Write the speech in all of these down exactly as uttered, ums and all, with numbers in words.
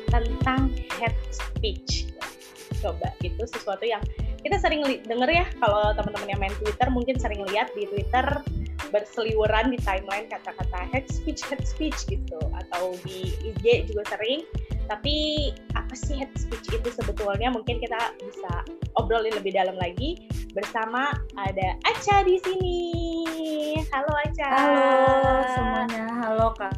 tentang hate speech. Coba, itu sesuatu yang kita sering li- denger ya, kalau teman-teman yang main Twitter mungkin sering lihat di Twitter berseliweran di timeline kata-kata hate speech, hate speech gitu, atau di I G juga sering. Tapi apa sih hate speech itu sebetulnya? Mungkin kita bisa obrolin lebih dalam lagi bersama ada Acha di sini. Halo Acha. Halo semuanya, halo Kak.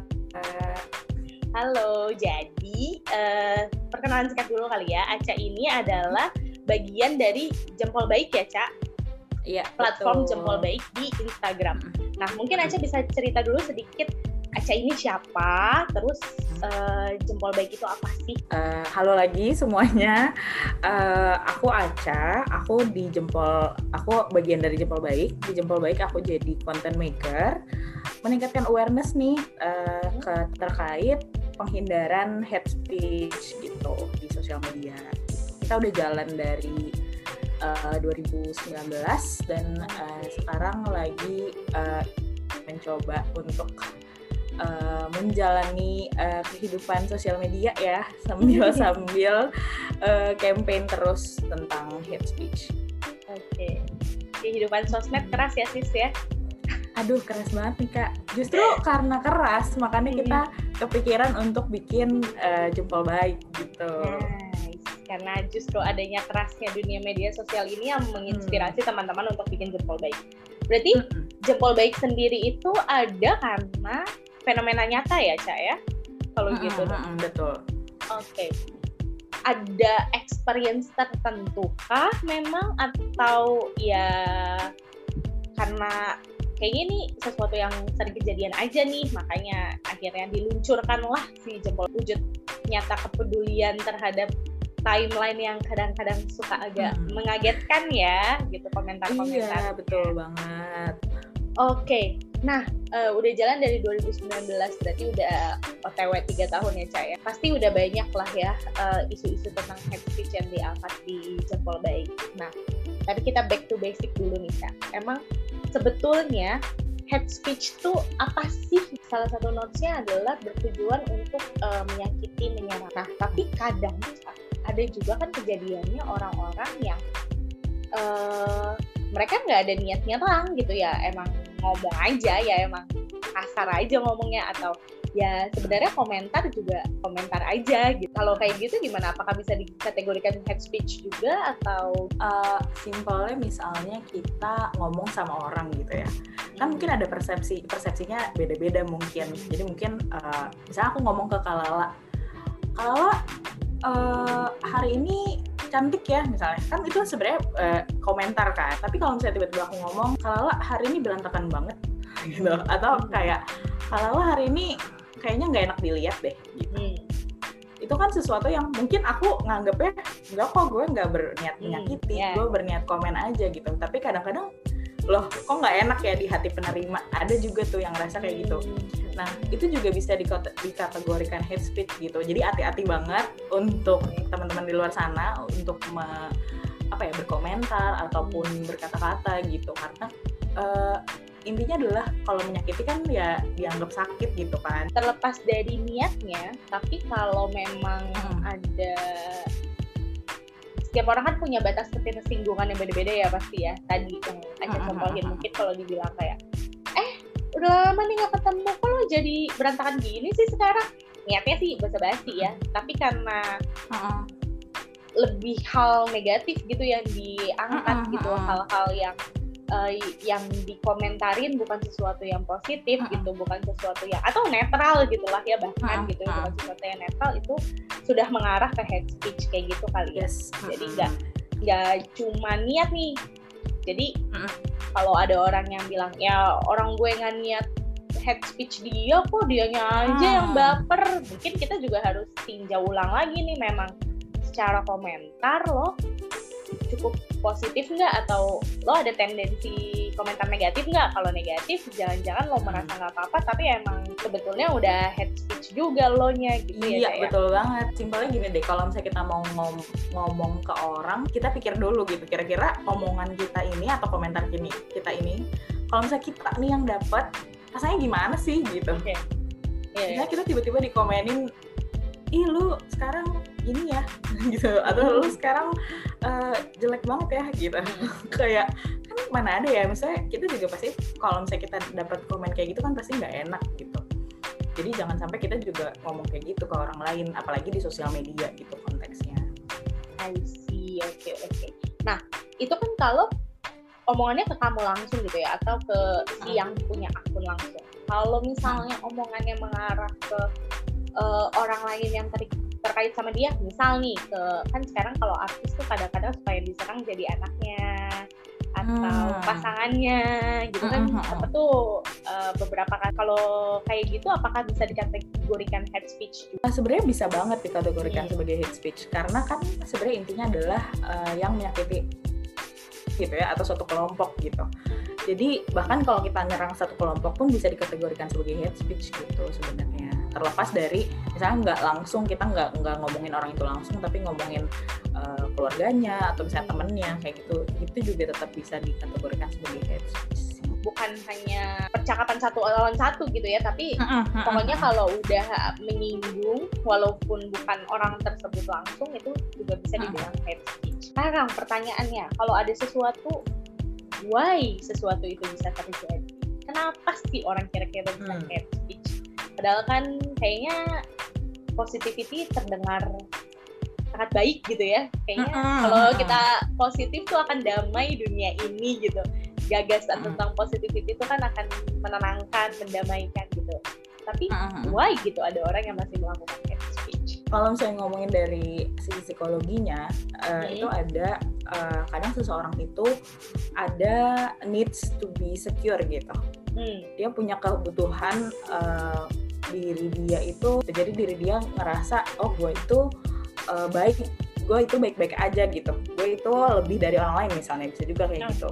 Halo, jadi uh, perkenalan singkat dulu kali ya. Acha ini adalah bagian dari Jempol Baik ya, Ca? Iya, platform betul. Jempol Baik di Instagram. Nah, mungkin Acha bisa cerita dulu sedikit, Acha ini siapa, terus uh, Jempol Baik itu apa sih? Uh, halo lagi semuanya, uh, aku Acha, aku di Jempol, aku bagian dari Jempol Baik. Di Jempol Baik aku jadi content maker, meningkatkan awareness nih uh, ke terkait penghindaran hate speech gitu di sosial media. Kita udah jalan dari uh, dua ribu sembilan belas dan uh, sekarang lagi uh, mencoba untuk uh, menjalani uh, kehidupan sosial media ya, sambil sambil uh, campaign terus tentang hate speech. Oke, kehidupan sosmed keras ya sis ya? Aduh, keras banget nih Kak. Justru karena keras, makanya kita kepikiran untuk bikin uh, Jempol Baik gitu. Nice. Karena justru adanya kerasnya dunia media sosial ini yang menginspirasi hmm. teman-teman untuk bikin Jempol Baik. Berarti hmm. Jempol Baik sendiri itu ada karena fenomena nyata ya, Ca ya? Kalau hmm, gitu. Hmm, betul. Oke. Okay. Ada experience tertentu kah memang, atau ya karena kayaknya ini sesuatu yang sering kejadian aja nih, makanya akhirnya diluncurkanlah si Jempol, wujud nyata kepedulian terhadap timeline yang kadang-kadang suka agak hmm. mengagetkan ya, gitu komentar-komentar. Iya, betul banget. Oke, okay. Nah uh, udah jalan dari dua ribu sembilan belas, berarti udah O T W tiga tahun ya, Cak ya. Pasti udah banyak lah ya uh, isu-isu tentang hate speech yang diangkat di Jempol Baik. Nah, tapi kita back to basic dulu nih, Cak. Emang sebetulnya hate speech tuh apa sih? Salah satu notes-nya adalah bertujuan untuk uh, menyakiti, menyerang. Nah, tapi kadang ada juga kan kejadiannya orang-orang yang uh, mereka nggak ada niat nyerang gitu ya, emang ngomong aja ya, emang kasar aja ngomongnya, atau ya sebenarnya komentar juga komentar aja gitu. Kalau kayak gitu gimana? Apakah bisa dikategorikan hate speech juga, atau uh, simpelnya misalnya kita ngomong sama orang gitu ya, kan mungkin ada persepsi persepsinya beda-beda mungkin. Jadi mungkin uh, misalnya aku ngomong ke Kalala, Kalala uh, hari ini cantik ya misalnya, kan itu sebenarnya uh, komentar kan. Tapi kalau misalnya tiba-tiba aku ngomong, Kalala hari ini berantakan banget gitu, atau kayak Kalala hari ini kayaknya nggak enak dilihat deh gitu. Hmm. Itu kan sesuatu yang mungkin aku nganggepnya nggak kok, gue nggak berniat menyakiti, hmm, yeah. gue berniat komen aja gitu. Tapi kadang-kadang loh kok nggak enak ya di hati penerima, ada juga tuh yang rasa kayak gitu. Nah itu juga bisa dikategorikan hate speech gitu. Jadi hati-hati banget untuk teman-teman di luar sana untuk me, apa ya berkomentar ataupun berkata-kata gitu, karena uh, intinya adalah kalau menyakiti kan ya dianggap sakit gitu kan. Terlepas dari niatnya, tapi kalau memang hmm. ada, setiap orang kan punya batas ketersinggungan yang beda-beda ya pasti ya. Tadi yang Acha contohin, mungkin kalau dibilang kayak, eh udah lama nih gak ketemu, kok lo jadi berantakan gini sih sekarang? Niatnya sih basa-basi ya, tapi karena uh-uh. lebih hal negatif gitu yang diangkat uh-uh. gitu, hal-hal yang Uh, yang dikomentarin bukan sesuatu yang positif uh-uh. gitu, bukan sesuatu yang, atau netral gitulah ya bahkan uh-uh. gitu, bukan sesuatu yang netral, itu sudah mengarah ke hate speech kayak gitu kali ya. Yes. Uh-uh. Jadi nggak nggak cuma niat nih. Jadi uh-uh. kalau ada orang yang bilang ya orang gue nggak niat hate speech dia, kok dianya aja uh-uh. yang baper, mungkin kita juga harus tinjau ulang lagi nih, memang secara komentar lo cukup positif nggak, atau lo ada tendensi komentar negatif nggak? Kalau negatif, jangan-jangan lo merasa nggak apa-apa, tapi emang sebetulnya udah hate speech juga lo nya gitu. Iya, ya. Iya betul banget. Simpelnya gini deh, kalau misalnya kita mau ngom- ngomong ke orang, kita pikir dulu gitu, kira-kira omongan kita ini atau komentar kini kita ini, kalau misalnya kita nih yang dapat, rasanya gimana sih gitu. Okay. Yeah, misalnya yeah. kita tiba-tiba dikomenin, ih lu sekarang gini ya gitu, atau lu sekarang uh, jelek banget ya gitu. Kayak kan mana ada ya, misalnya kita juga pasti kalau misalnya kita dapat komen kayak gitu kan pasti nggak enak gitu. Jadi jangan sampai kita juga ngomong kayak gitu ke orang lain, apalagi di sosial media gitu konteksnya. I see, oke okay, oke. Okay. Nah itu kan kalau omongannya ke kamu langsung gitu ya, atau ke si yang punya akun langsung. Kalau misalnya omongannya mengarah ke uh, orang lain yang ter- terkait sama dia, misal nih ke, kan sekarang kalau artis tuh kadang-kadang supaya diserang jadi anaknya atau hmm. pasangannya gitu kan, hmm. apa tuh uh, beberapa kali kalau kayak gitu apakah bisa dikategorikan hate speech? Nah, sebenarnya bisa banget dikategorikan hmm. sebagai hate speech, karena kan sebenarnya intinya adalah uh, yang menyakiti gitu ya, atau suatu kelompok gitu. Jadi bahkan kalau kita nyerang satu kelompok pun bisa dikategorikan sebagai hate speech gitu sebenarnya. Terlepas dari misalnya nggak langsung, kita nggak nggak ngomongin orang itu langsung, tapi ngomongin uh, keluarganya atau misalnya temennya kayak gitu, itu juga tetap bisa dikategorikan sebagai hate speech. Bukan hanya percakapan satu lawan satu gitu ya, tapi uh-uh, pokoknya uh-uh. kalau udah menyinggung walaupun bukan orang tersebut langsung, itu juga bisa dibilang uh-uh. hate speech. Sekarang pertanyaannya, kalau ada sesuatu, why sesuatu itu bisa terjadi? Kenapa sih orang kira-kira bisa hmm. hate speech? Padahal kan kayaknya positivity terdengar sangat baik gitu ya. Kayaknya uh-uh. kalau kita positif tuh akan damai dunia ini gitu. Gagasan uh-uh. tentang positivity itu kan akan menenangkan, mendamaikan gitu. Tapi uh-huh. why gitu ada orang yang masih melakukan hate speech? Kalau misalnya ngomongin dari sisi psikologinya, uh, hmm. itu ada uh, kadang seseorang itu ada needs to be secure gitu. Hmm. Dia punya kebutuhan uh, diri dia itu, jadi diri dia ngerasa oh gue itu uh, baik, gue itu baik-baik aja gitu. Gue itu lebih dari orang lain misalnya, bisa juga kayak okay. gitu.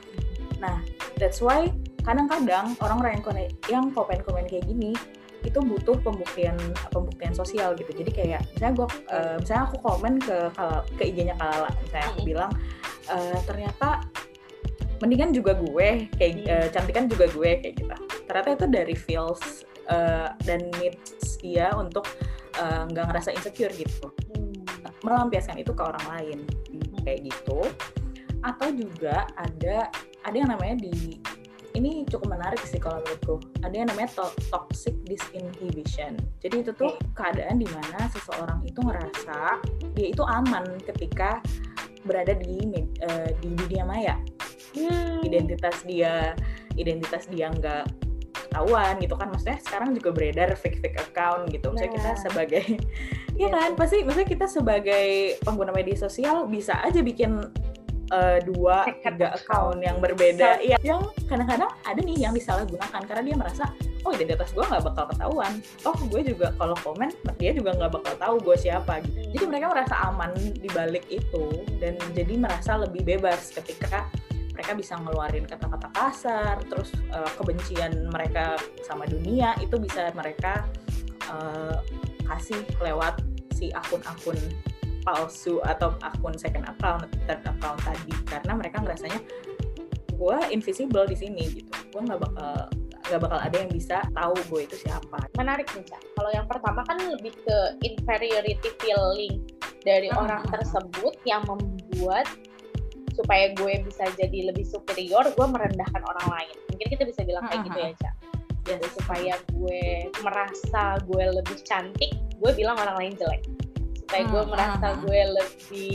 Nah, that's why kadang-kadang orang-orang yang, yang komen-komen kayak gini itu butuh pembuktian pembuktian sosial gitu. Jadi kayak misalnya gue uh, misalnya aku komen ke ke I G-nya Kalala, misalnya aku bilang uh, ternyata mendingan juga gue kayak uh, cantikan juga gue kayak gitu. Ternyata itu dari feels uh, dan needs dia untuk nggak uh, ngerasa insecure gitu. Melampiaskan itu ke orang lain kayak gitu. Atau juga ada ada yang namanya di ini cukup menarik sih kalau menurutku. Ada yang namanya to- toxic disinhibition. Jadi itu tuh keadaan di mana seseorang itu ngerasa dia itu aman ketika berada di uh, di dunia maya. Hmm. Identitas dia identitas dia nggak ketahuan gitu kan. Maksudnya sekarang juga beredar fake-fake account gitu. Maksudnya kita sebagai ya kan pasti maksudnya kita sebagai pengguna media sosial bisa aja bikin Uh, dua, tiga account yang berbeda ya, yang kadang-kadang ada nih yang disalahgunakan karena dia merasa oh identitas gue nggak bakal ketahuan, oh gue juga kalau komen dia juga nggak bakal tahu gue siapa gitu. Jadi mereka merasa aman di balik itu dan jadi merasa lebih bebas ketika mereka bisa ngeluarin kata-kata kasar, terus uh, kebencian mereka sama dunia itu bisa mereka uh, kasih lewat si akun-akun palsu atau akun second account, third account tadi, karena mereka ngerasanya gue invisible di sini gitu, gue nggak bakal nggak bakal ada yang bisa tahu gue itu siapa. Menarik nih Cak. Kalau yang pertama kan lebih ke inferiority feeling dari hmm. orang tersebut yang membuat supaya gue bisa jadi lebih superior, gue merendahkan orang lain. Mungkin kita bisa bilang kayak hmm. gitu ya Cak. Jadi supaya gue merasa gue lebih cantik, gue bilang orang lain jelek. Supaya gue hmm, merasa uh-huh. gue lebih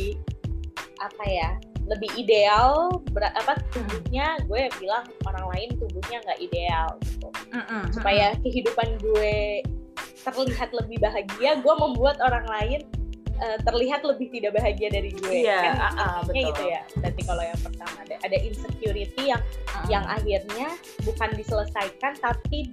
apa ya, lebih ideal ber- apa tubuhnya, gue bilang orang lain tubuhnya nggak ideal gitu. Uh-uh, supaya uh-uh. kehidupan gue terlihat lebih bahagia, gue membuat orang lain uh, terlihat lebih tidak bahagia dari gue. Iya, kan uh-uh, betul. Gitu ya. Berarti kalau yang pertama ada ada insecurity yang uh-uh. yang akhirnya bukan diselesaikan tapi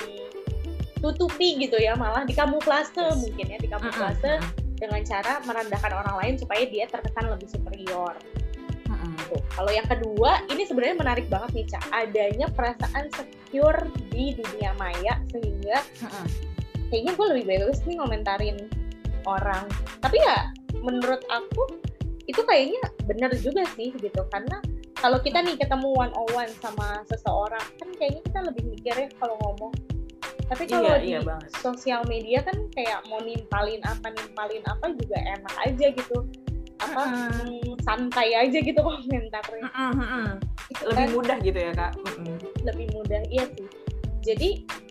ditutupi gitu ya, malah dikamuflase yes. mungkin ya, dikamuflase uh-uh. dengan cara merendahkan orang lain supaya dia terkesan lebih superior. Uh-uh. Tuh. Kalau yang kedua, ini sebenarnya menarik banget nih Cak, adanya perasaan secure di dunia maya sehingga uh-uh. kayaknya gue lebih bagus nih ngomentarin orang. Tapi ya menurut aku itu kayaknya benar juga sih gitu, karena kalau kita nih ketemu one on one sama seseorang kan kayaknya kita lebih mikir ya kalau ngomong, Tapi kalau iya, di iya banget. sosial media kan kayak mau nimpalin apa nimpalin apa juga enak aja gitu, apa mm, santai aja gitu komentarnya. Mm-mm. Gitu Lebih kan, mudah gitu ya kak. Mm-mm. lebih mudah, iya sih. Jadi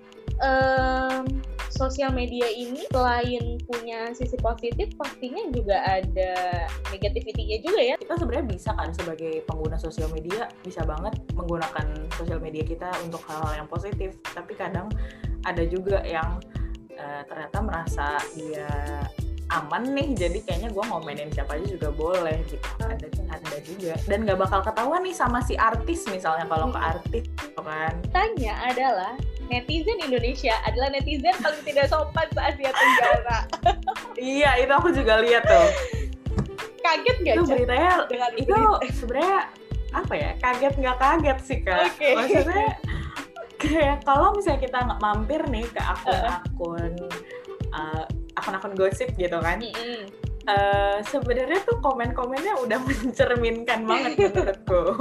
um, sosial media ini selain punya sisi positif, pastinya juga ada negativity-nya juga ya. Kita sebenarnya bisa kan sebagai pengguna sosial media, bisa banget menggunakan sosial media kita untuk hal-hal yang positif. Tapi kadang ada juga yang uh, ternyata merasa dia aman nih, jadi kayaknya gue ngomenin siapa aja juga boleh gitu. Ada ada juga. Dan gak bakal ketahuan nih sama si artis misalnya kalau ke artis kan. Tanya adalah netizen Indonesia adalah netizen paling tidak sopan se-Asia Tenggara. Iya, itu aku juga lihat tuh. Kaget nggak? Itu beritanya, itu berita. sebenarnya apa ya? Kaget nggak kaget sih kak. Okay. Maksudnya kayak kalau misalnya kita nggak mampir nih ke akun-akun uh, akun-akun gosip gitu kan. Mm-hmm. Uh, sebenarnya tuh komen-komennya udah mencerminkan banget menurutku.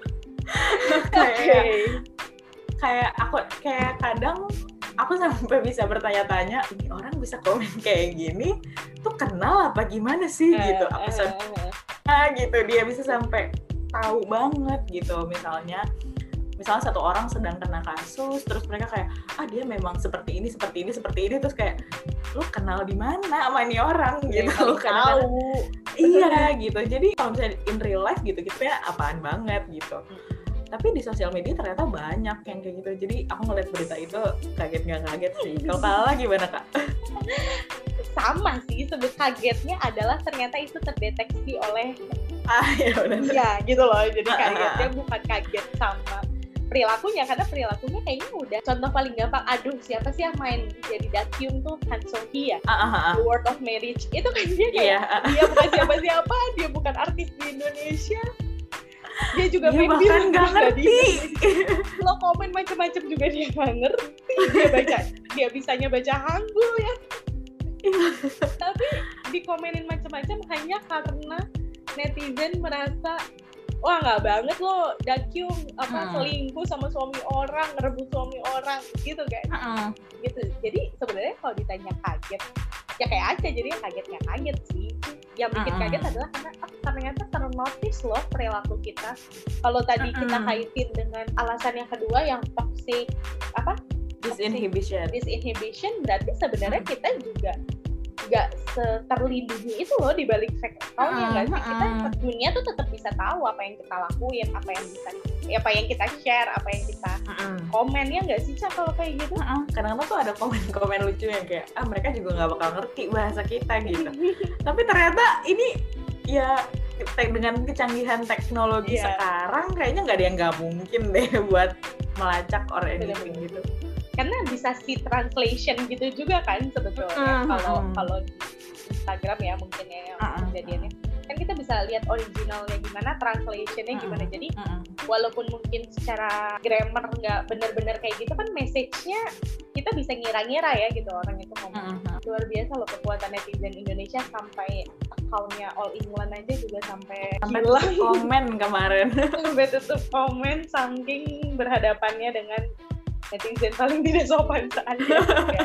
Kayak okay. kayak aku kayak kadang aku sampai bisa bertanya-tanya, ini orang bisa komen kayak gini tuh kenal apa gimana sih uh, gitu. Apa uh, uh, uh. gitu dia bisa sampai tahu banget gitu. Misalnya misalnya satu orang sedang kena kasus, terus mereka kayak, ah dia memang seperti ini, seperti ini, seperti ini, terus kayak, lu kenal di mana sama ini orang gitu, lu tahu. Iya gitu. Jadi kalau misalnya in real life gitu, gitu ya apaan banget gitu. Tapi di sosial media ternyata banyak yang kayak gitu. Jadi aku ngeliat berita itu kaget nggak kaget sih. Kalau Kala gimana kak? Sama sih, sebut kagetnya adalah ternyata itu terdeteksi oleh ah ya udah. Iya gitu loh. Jadi kagetnya bukan kaget sama perilakunya, karena perilakunya kayaknya udah. Contoh paling gampang, aduh siapa sih yang main jadi Dakyung tuh, Han So-hee ya, uh, uh, uh. The World of Marriage. Itu kan dia kayak yeah, uh. dia bukan siapa-siapa, dia bukan artis di Indonesia, dia juga dia main bahkan nggak ngerti. Lo komen macam-macam juga dia nggak ngerti, dia baca, dia bisanya baca Hangul ya. Tapi dikomenin macam-macam hanya karena netizen merasa, wah nggak banget lo Dakyung apa hmm. selingkuh sama suami orang, ngerebut suami orang gitu kan. Hmm. Gitu. Jadi sebenarnya kalau ditanya kaget, ya kayak aja, jadi kaget nggak kaget sih. Yang bikin hmm. kaget adalah karena oh, ternyata ternotis loh perilaku kita. Kalau tadi hmm. kita kaitin dengan alasan yang kedua yang toxic apa? Disinhibition. Disinhibition berarti sebenarnya hmm. kita juga nggak terlindungi itu loh di balik fake account-nya nggak sih? Kita dunia tuh tetap bisa tahu apa yang kita lakuin, apa yang bisa, apa yang kita share, apa yang kita uh-uh. komen, ya nggak sih Cak kalau kayak gitu? Uh-uh. Kadang-kadang tuh ada komen-komen lucu yang kayak ah mereka juga nggak bakal ngerti bahasa kita gitu. Tapi ternyata ini ya dengan kecanggihan teknologi yeah. sekarang kayaknya nggak ada yang nggak mungkin deh buat melacak or anything gitu. Karena bisa see translation gitu juga kan sebetulnya. Kalau uh-huh. kalau di Instagram ya mungkin ya yang uh-huh. kejadiannya kan kita bisa lihat originalnya gimana, translationnya uh-huh. gimana. Jadi uh-huh. walaupun mungkin secara grammar nggak benar-benar kayak gitu kan, message-nya kita bisa ngira-ngira ya gitu orang itu ngomong. Uh-huh. Luar biasa loh kekuatan netizen Indonesia, sampai account-nya All England aja juga sampai sampai tutup komen kemarin. Sampai tutup komen saking berhadapannya dengan netizen paling tidak sopan se-Asia.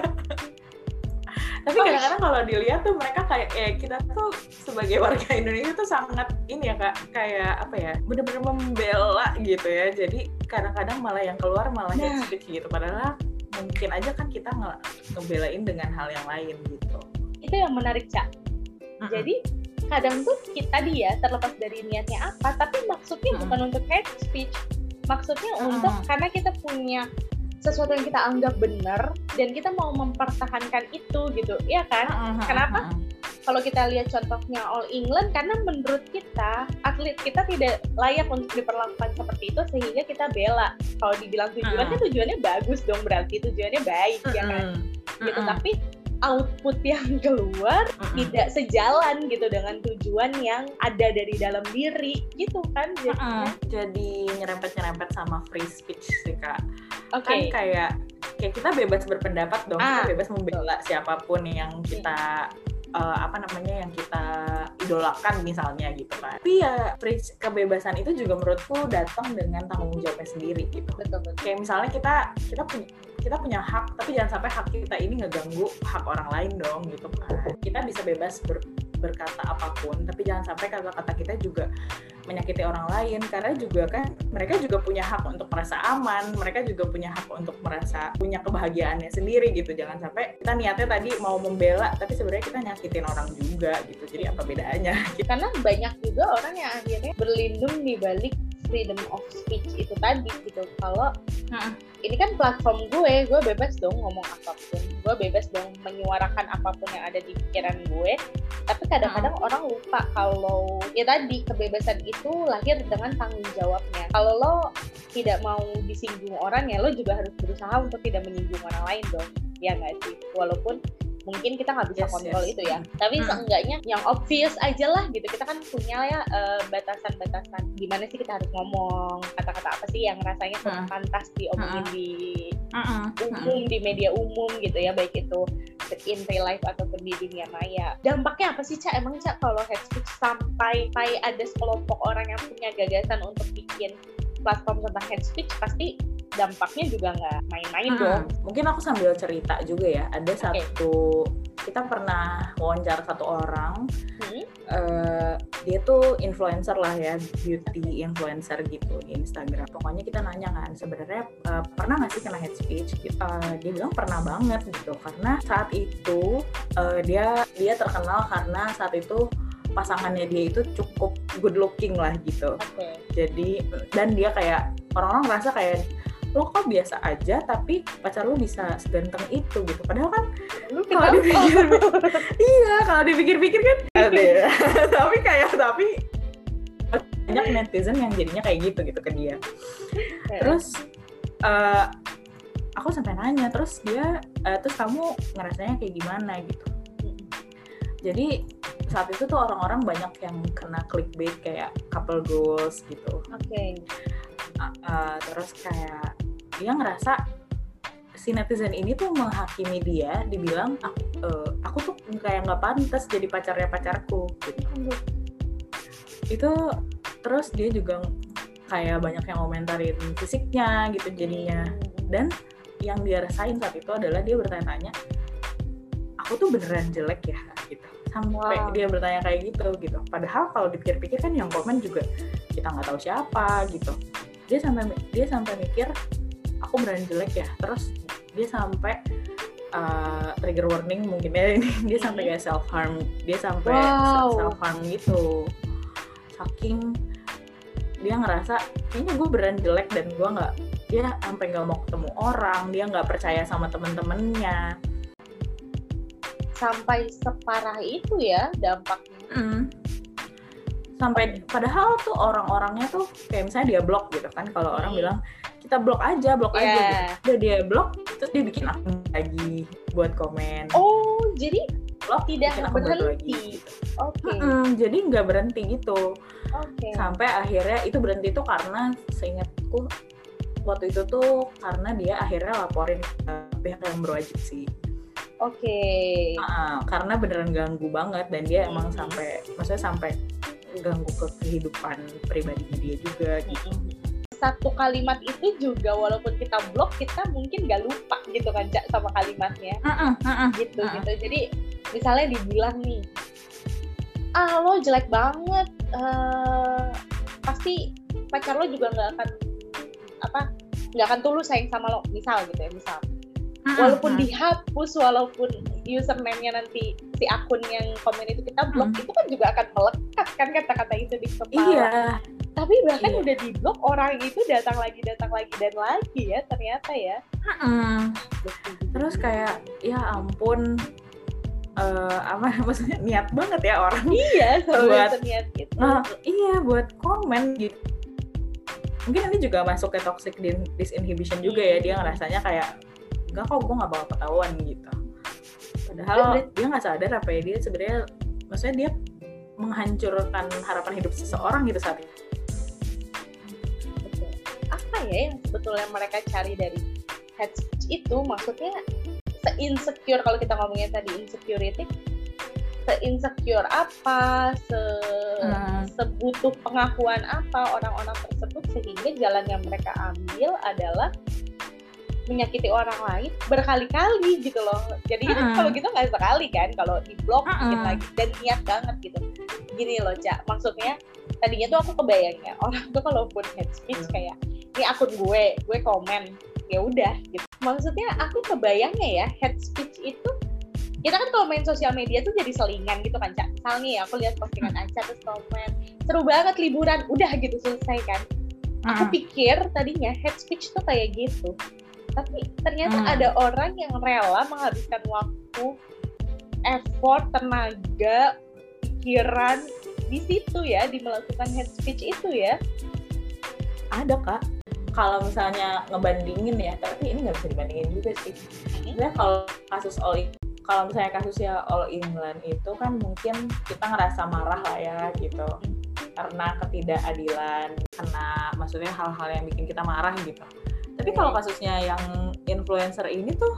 Tapi kadang-kadang kalau dilihat tuh mereka kayak eh, kita tuh sebagai warga Indonesia tuh sangat ini ya kak, kayak apa ya, benar-benar membela gitu ya. Jadi kadang-kadang malah yang keluar malah nah. hate speech gitu, padahal mungkin aja kan kita nge- ngebelain dengan hal yang lain gitu. Itu yang menarik Cak. Uh-uh. Jadi kadang tuh kita dia terlepas dari niatnya apa, tapi maksudnya uh-uh. bukan untuk hate speech, maksudnya uh-uh. untuk karena kita punya sesuatu yang kita anggap benar dan kita mau mempertahankan itu gitu, iya kan? Uh-huh. Kenapa? Uh-huh. Kalau kita lihat contohnya All England, karena menurut kita atlet kita tidak layak untuk diperlakukan seperti itu sehingga kita bela. Kalau dibilang tujuannya, uh-huh. tujuannya bagus dong, berarti tujuannya baik, uh-huh. ya kan? Gitu. Uh-huh. Tapi output yang keluar uh-uh. tidak sejalan gitu dengan tujuan yang ada dari dalam diri gitu kan. Uh-uh. Jadi nyerempet-nyerempet sama free speech sih kak. Okay. Kan kayak kayak kita bebas berpendapat dong, ah. kita bebas membela siapapun yang kita uh, apa namanya yang kita idolakan misalnya gitu kan. Tapi ya kebebasan itu juga menurutku datang dengan tanggung jawabnya sendiri gitu. Betul, betul. Kayak misalnya kita kita punya kita punya hak, tapi jangan sampai hak kita ini ngeganggu hak orang lain dong gitu kan. Kita bisa bebas ber, berkata apapun, tapi jangan sampai kata-kata kita juga menyakiti orang lain, karena juga kan mereka juga punya hak untuk merasa aman, mereka juga punya hak untuk merasa punya kebahagiaannya sendiri gitu. Jangan sampai kita niatnya tadi mau membela, tapi sebenarnya kita nyakitin orang juga gitu. Jadi apa bedanya? Karena banyak juga orang yang akhirnya berlindung di balik freedom of speech itu tadi gitu. Kalau hmm. ini kan platform gue, gue bebas dong ngomong apapun, gue bebas dong menyuarakan apapun yang ada di pikiran gue. Tapi kadang-kadang hmm. orang lupa kalau ya tadi kebebasan itu lahir dengan tanggung jawabnya. Kalau lo tidak mau disinggung orang, ya lo juga harus berusaha untuk tidak menyinggung orang lain dong, ya nggak sih? Walaupun mungkin kita nggak bisa yes, kontrol yes. itu ya, tapi hmm. seenggaknya yang obvious aja lah gitu. Kita kan punya ya uh, batasan-batasan gimana sih kita harus ngomong, kata-kata apa sih yang rasanya kurang hmm. pantas diomongin hmm. di hmm. umum, di media umum gitu ya, baik itu in real life ataupun di dunia maya. Dampaknya apa sih, Cak? Emang Cak kalau hate speech sampai sampai ada sekelompok orang yang punya gagasan untuk bikin platform tentang hate speech, pasti dampaknya juga nggak main-main hmm. dong. Mungkin aku sambil cerita juga ya. Ada okay. satu, kita pernah wawancara satu orang, hmm? uh, dia tuh influencer lah ya, beauty influencer gitu di Instagram. Pokoknya kita nanya kan, sebenarnya uh, pernah nggak sih kena hate speech? Uh, dia bilang pernah banget gitu, karena saat itu uh, dia dia terkenal karena saat itu pasangannya dia itu cukup good looking lah gitu. Okay. Jadi dan dia kayak orang-orang ngerasa kayak lo kok biasa aja tapi pacar lo bisa seganteng itu gitu. Padahal kan lu kalau dipikir iya kalau dipikir-pikir kan ada tapi kayak tapi banyak netizen yang jadinya kayak gitu gitu ke dia. Terus uh, aku sampai nanya, terus dia uh, terus kamu ngerasanya kayak gimana gitu. Jadi saat itu tuh orang-orang banyak yang kena clickbait kayak couple goals gitu. Oke. Okay. Uh, uh, terus kayak dia ngerasa si netizen ini tuh menghakimi dia, dibilang aku, uh, aku tuh kayak nggak pantas jadi pacarnya pacarku gitu. Mm. Itu terus dia juga kayak banyak yang komentarin fisiknya gitu jadinya. Dan yang dia rasain saat itu adalah dia bertanya-tanya, aku tuh beneran jelek ya gitu. Sampai wow. dia bertanya kayak gitu gitu. Padahal kalau dipikir-pikir kan yang komen juga kita nggak tahu siapa gitu. Dia sampai dia sampai mikir aku beneran jelek ya. Terus dia sampai uh, trigger warning mungkin ya ini. Dia sampai kayak self harm. Dia sampai wow. self harm gitu. Saking dia ngerasa kayaknya gue beneran jelek dan gue nggak, dia sampai nggak mau ketemu orang, dia nggak percaya sama teman-temannya. Sampai separah itu ya dampaknya. Mm. Sampai padahal tuh orang-orangnya tuh kayak misalnya dia blok gitu kan, kalau mm. orang bilang kita blok aja, blok yeah. aja gitu. Udah dia blok, terus dia bikin akun lagi buat komen. Oh, jadi blok tidak berhenti. Gitu. Oke. Okay. Jadi nggak berhenti gitu. Oke. Okay. Sampai akhirnya itu berhenti tuh karena seingatku waktu itu tuh karena dia akhirnya laporin ke pihak yang berwajib sih. Oke. Okay. Uh, karena beneran ganggu banget dan dia emang mm-hmm. sampai, maksudnya sampai ganggu ke kehidupan pribadinya dia juga gitu. Satu kalimat itu juga walaupun kita blok kita mungkin gak lupa gitu kan Cak sama kalimatnya. Uh-uh, uh-uh, gitu uh-uh. gitu. Jadi misalnya dibilang nih, ah lo jelek banget, uh, pasti pacar lo juga nggak akan apa nggak akan tulus sayang sama lo, misal gitu ya misal. Walaupun dihapus, walaupun username-nya nanti si akun yang komen itu kita blok, hmm. itu kan juga akan melekat kan kata-kata itu di kepala. Iya. Tapi bahkan iya. udah diblok, orang itu datang lagi, datang lagi dan lagi ya ternyata ya. Hmm. Terus kayak ya ampun, uh, apa maksudnya niat banget ya orang. Iya, buat niat gitu. Nah, iya buat komen gitu. Mungkin ini juga masuk ke toxic disinhibition juga ya, dia ngerasanya kayak enggak kok gue nggak bakal ketahuan gitu. Padahal ya, dia nggak sadar apa ya dia sebenarnya, maksudnya dia menghancurkan harapan hidup seseorang gitu saat ini. Apa ya yang sebetulnya mereka cari dari hate speech itu? Maksudnya se-insecure kalau kita ngomongnya tadi insecurity, se-insecure apa, se Hmm. sebutuh pengakuan apa orang-orang tersebut, sehingga jalan yang mereka ambil adalah menyakiti orang lain berkali-kali gitu loh. Jadi kan Mm-mm. kalau gitu nggak sekali kan, kalau di blog mungkin Mm-mm. lagi, dan niat banget gitu. Gini loh Cak, maksudnya tadinya tuh aku kebayangnya orang tuh kalau pun hate speech kayak ini akun gue, gue komen, ya udah gitu. Maksudnya aku kebayangnya ya hate speech itu, kita kan kalau main sosial media tuh jadi selingan gitu kan Cak. Misal nih aku lihat postingan Aca terus komen, seru banget liburan, udah gitu selesai kan. Aku Mm. pikir tadinya hate speech tuh kayak gitu. Tapi ternyata Hmm. ada orang yang rela menghabiskan waktu, effort, tenaga, pikiran di situ ya, di melakukan hate speech itu ya. Ada Kak. Kalau misalnya ngebandingin ya, tapi ini nggak bisa dibandingin juga sih. Sebenarnya kalau kasus all kalau misalnya kasusnya All England itu kan mungkin kita ngerasa marah lah ya gitu, karena ketidakadilan, karena maksudnya hal-hal yang bikin kita marah gitu. Tapi kalau kasusnya yang influencer ini tuh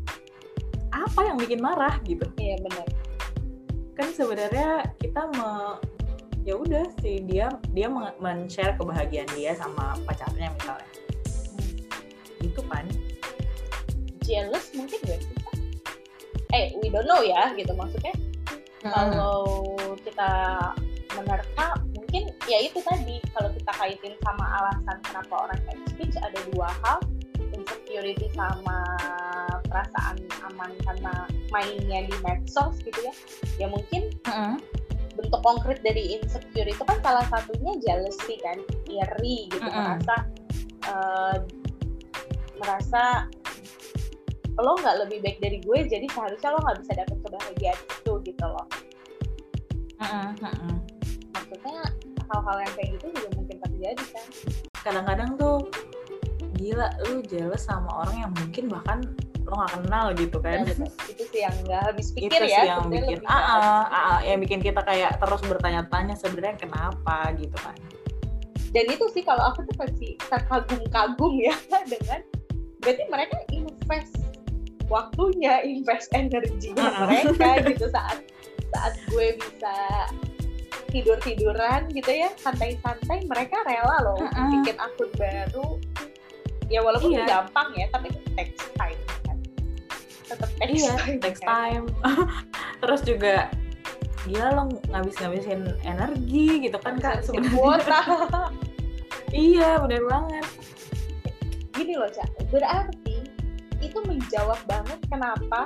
apa yang bikin marah gitu? Iya benar. Kan sebenarnya kita me, ya udah sih dia dia men-share kebahagiaan dia sama pacarnya misalnya. Hmm. Gitu kan. Jealous mungkin gak sih? Eh, we don't know ya gitu maksudnya. Hmm. Kalau kita menerka mungkin ya itu tadi, kalau kita kaitin sama alasan kenapa orang hate speech, ada dua hal, insecurity sama perasaan aman karena mainnya di medsos gitu ya. Ya mungkin Mm-hmm. bentuk konkret dari insecure itu kan salah satunya jealousy kan, iri gitu, mm-hmm. merasa uh, merasa lo nggak lebih baik dari gue, jadi seharusnya lo nggak bisa dapet kebahagiaan itu gitu loh. Mm-hmm. Maksudnya hal-hal yang kayak gitu juga mungkin terjadi kan. Kadang-kadang tuh gila lu jealous sama orang yang mungkin bahkan lo nggak kenal gitu kan. Ya, itu sih yang nggak habis pikir itu ya. Itu yang bikin ah, ah, ah, yang bikin kita kayak terus bertanya-tanya sebenarnya kenapa gitu kan. Dan itu sih kalau aku tuh pasti terkagum-kagum ya dengan berarti mereka invest waktunya, invest energinya uh-uh. mereka gitu saat saat gue bisa tidur-tiduran gitu ya, santai-santai, mereka rela loh uh-uh. bikin akun baru. Ya walaupun iya. gampang ya, tapi itu takes time kan. Tetap takes iya, time. takes time. Terus juga gila lo ngabis-ngabisin energi gitu kan Kak sebenarnya. Iya, benar banget. Gini loh Cak, berarti itu menjawab banget kenapa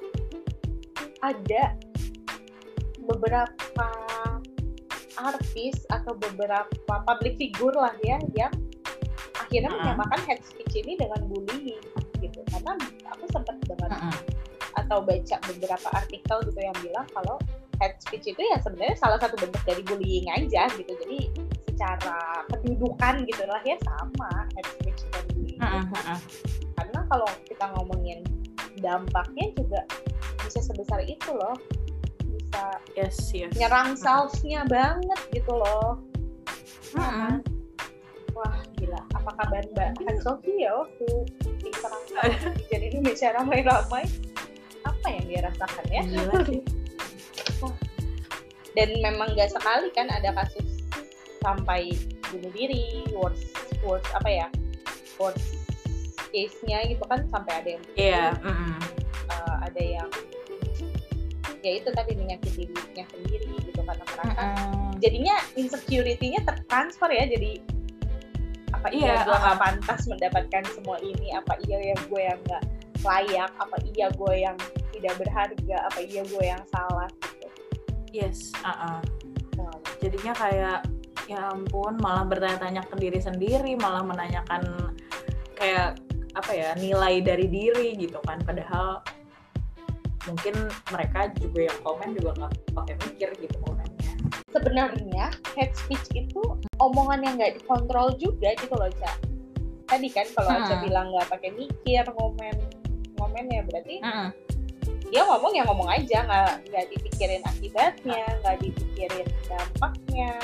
ada beberapa artis atau beberapa public figure lah ya yang akhirnya uh-huh. menyamakan hate speech ini dengan bullying gitu. Karena aku sempat dengar uh-huh. atau baca beberapa artikel gitu yang bilang kalau hate speech itu ya sebenarnya salah satu bentuk dari bullying aja gitu. Jadi secara kedudukan gitu lah ya sama hate speech dan bullying. Uh-huh. Karena kalau kita ngomongin dampaknya juga bisa sebesar itu loh, bisa yes, yes. nyerang self-nya banget gitu loh. Uh-huh. Wah gila, apa kabar Mbak Han Sophie ya waktu diserang netizen Indonesia ramai-ramai? Apa yang dia rasakan ya? Gila sih. Wah. Dan memang nggak sekali kan ada kasus sampai bunuh diri, worst worst apa ya, worst case-nya gitu kan, sampai ada yang yeah. mm-hmm. uh, ada yang ya itu tadi menyakiti dirinya sendiri gitu karena merasa mm-hmm. jadinya insecurity-nya tertransfer ya, jadi apa iya, iya gue nggak uh-huh. pantas mendapatkan semua ini, apa iya ya gue yang nggak layak, apa iya gue yang tidak berharga, apa iya gue yang salah gitu. Yes, uh-uh. nah, jadinya kayak ya ampun, malah bertanya-tanya ke diri sendiri, malah menanyakan kayak apa ya, nilai dari diri gitu kan, padahal mungkin mereka juga yang komen juga nggak pakai mikir gitu komennya. Sebenarnya hate speech itu omongan yang nggak dikontrol juga gitu loh Ca. Tadi kan kalau hmm. Aca bilang nggak pakai mikir ngomen ngomennya, berarti hmm. dia ngomong ya ngomong aja, nggak nggak dipikirin akibatnya, nggak dipikirin dampaknya.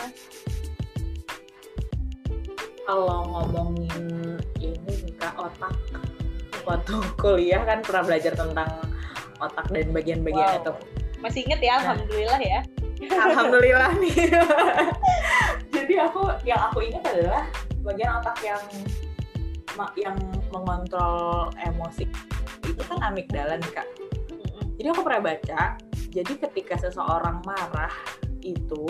Kalau ngomongin ini Kak, otak, waktu kuliah kan pernah belajar tentang otak dan bagian-bagian wow. itu Masih inget ya, alhamdulillah ya. Alhamdulillah nih. Jadi aku yang aku ingat adalah bagian otak yang yang mengontrol emosi itu kan amigdala nih Kak. Jadi aku pernah baca, jadi ketika seseorang marah itu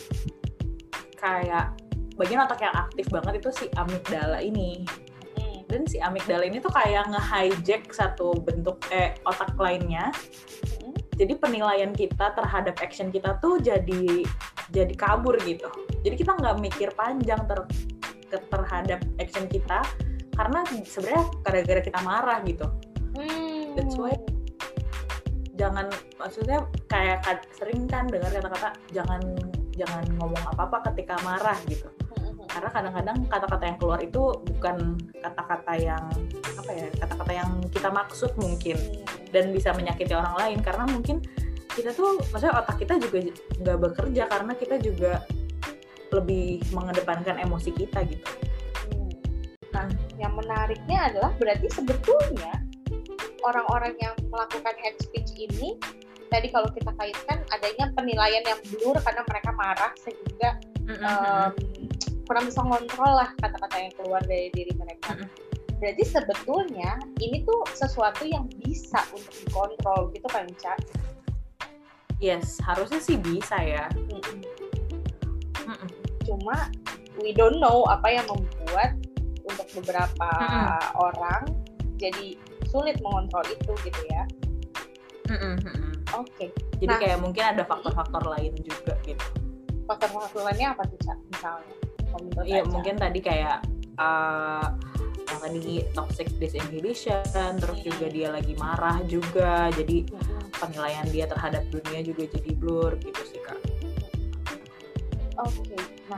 kayak bagian otak yang aktif banget itu si amigdala ini. Dan si amigdala ini tuh kayak nge-hijack satu bentuk eh otak lainnya. Jadi penilaian kita terhadap action kita tuh jadi jadi kabur gitu. Jadi kita nggak mikir panjang ter, terhadap action kita karena sebenarnya gara-gara kita marah gitu. Hmm. That's why jangan, maksudnya kayak sering kan dengar kata-kata jangan jangan ngomong apa-apa ketika marah gitu. Karena kadang-kadang kata-kata yang keluar itu bukan kata-kata yang apa ya, kata-kata yang kita maksud mungkin dan bisa menyakiti orang lain karena mungkin kita tuh, maksudnya otak kita juga nggak bekerja karena kita juga lebih mengedepankan emosi kita gitu. Nah, yang menariknya adalah berarti sebetulnya orang-orang yang melakukan hate speech ini tadi kalau kita kaitkan adanya penilaian yang blur karena mereka marah sehingga mm-hmm. um, kurang bisa ngontrol lah kata-kata yang keluar dari diri mereka. Mm-hmm. Berarti sebetulnya ini tuh sesuatu yang bisa untuk dikontrol gitu kan, Ca? Yes, harusnya sih bisa ya. Mm-mm. Mm-mm. Cuma we don't know apa yang membuat untuk beberapa Mm-mm. orang jadi sulit mengontrol itu gitu ya. Mm-mm. Oke. Okay. Jadi nah, kayak mungkin ada faktor-faktor lain juga gitu. Faktor-faktor lainnya apa tuh, Ca? Misalnya? Iya, mungkin tadi kayak uh, yang tadi toxic disinhibition, terus hmm. juga dia lagi marah juga, jadi hmm. penilaian dia terhadap dunia juga jadi blur gitu sih Kak. Oke, okay. Nah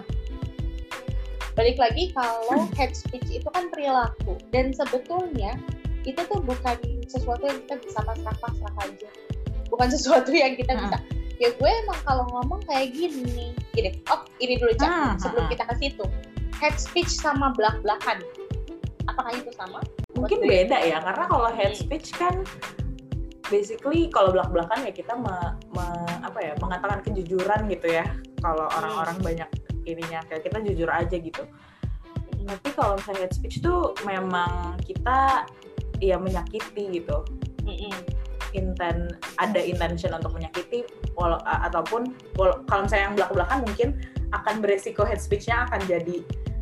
balik lagi kalau hate speech itu kan perilaku dan sebetulnya itu tuh bukan sesuatu yang kita bisa pasrah-pasrah aja, bukan sesuatu yang kita bisa hmm. ya gue emang kalau ngomong kayak gini gini, oh ini dulu Cak, hmm, sebelum hmm. kita ke situ hate speech sama belak-belakan apakah itu sama? Mungkin Maksudnya, beda ya, karena kalau hate speech kan basically kalau belak-belakan ya kita me, me, apa ya, mengatakan kejujuran gitu ya. Kalau hmm. orang-orang banyak ininya kayak kita jujur aja gitu. Hmm. Tapi kalau misalnya hate speech tuh memang kita ya menyakiti gitu. Hmm. Inten ada intention untuk menyakiti walau, ataupun walau, kalau misalnya yang belak-belakan mungkin akan beresiko hate speech-nya akan jadi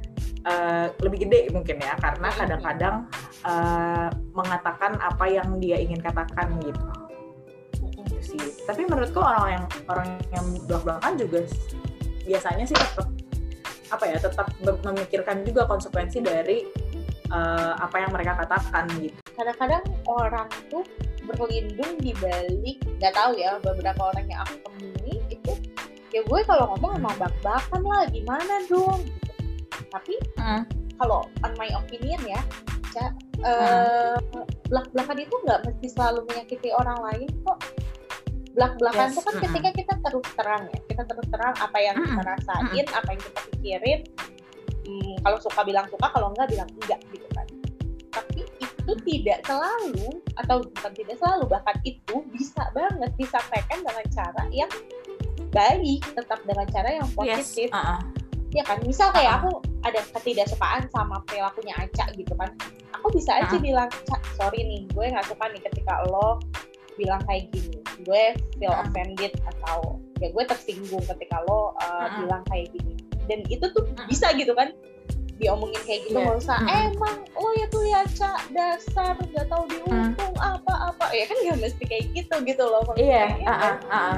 Uh, lebih gede mungkin ya karena kadang-kadang uh, mengatakan apa yang dia ingin katakan gitu. Gitu sih. Tapi menurutku orang yang orang yang belak-belakan juga biasanya sih tetap apa ya tetap memikirkan juga konsekuensi dari uh, apa yang mereka katakan gitu. Kadang-kadang orang tuh berlindung di balik, nggak tahu ya, beberapa orang yang aku temui itu ya gue kalau ngomong emang belak-belakan lah gimana dong. Tapi uh. kalau on my opinion ya, Ca, uh. uh, belak-belakan itu nggak mesti selalu menyakiti orang lain kok. Belak-belakan itu yes. kan uh. ketika kita terus terang ya, kita terus terang apa yang uh. kita rasain, uh. apa yang kita pikirin. Hmm, kalau suka bilang suka, kalau enggak bilang enggak gitu kan. Tapi itu tidak selalu atau bukan tidak selalu, bahkan itu bisa banget disampaikan dengan cara yang baik, tetap dengan cara yang positif. Yes. Uh-uh. Ya kan, misal kayak uh-huh. aku ada ketidaksukaan sama perilakunya Aca gitu kan, aku bisa aja uh-huh. bilang, Ca, sorry nih, gue nggak suka nih ketika lo bilang kayak gini, gue feel uh-huh. offended atau ya gue tersinggung ketika lo uh, uh-huh. bilang kayak gini, dan itu tuh uh-huh. bisa gitu kan, diomongin kayak gitu, nggak yeah. usah uh-huh. emang lo ya tuh ya Ca, dasar nggak tahu diuntung uh-huh. apa-apa, ya kan nggak mesti kayak gitu gitu loh. Iya. Yeah. Uh-huh. Uh-huh.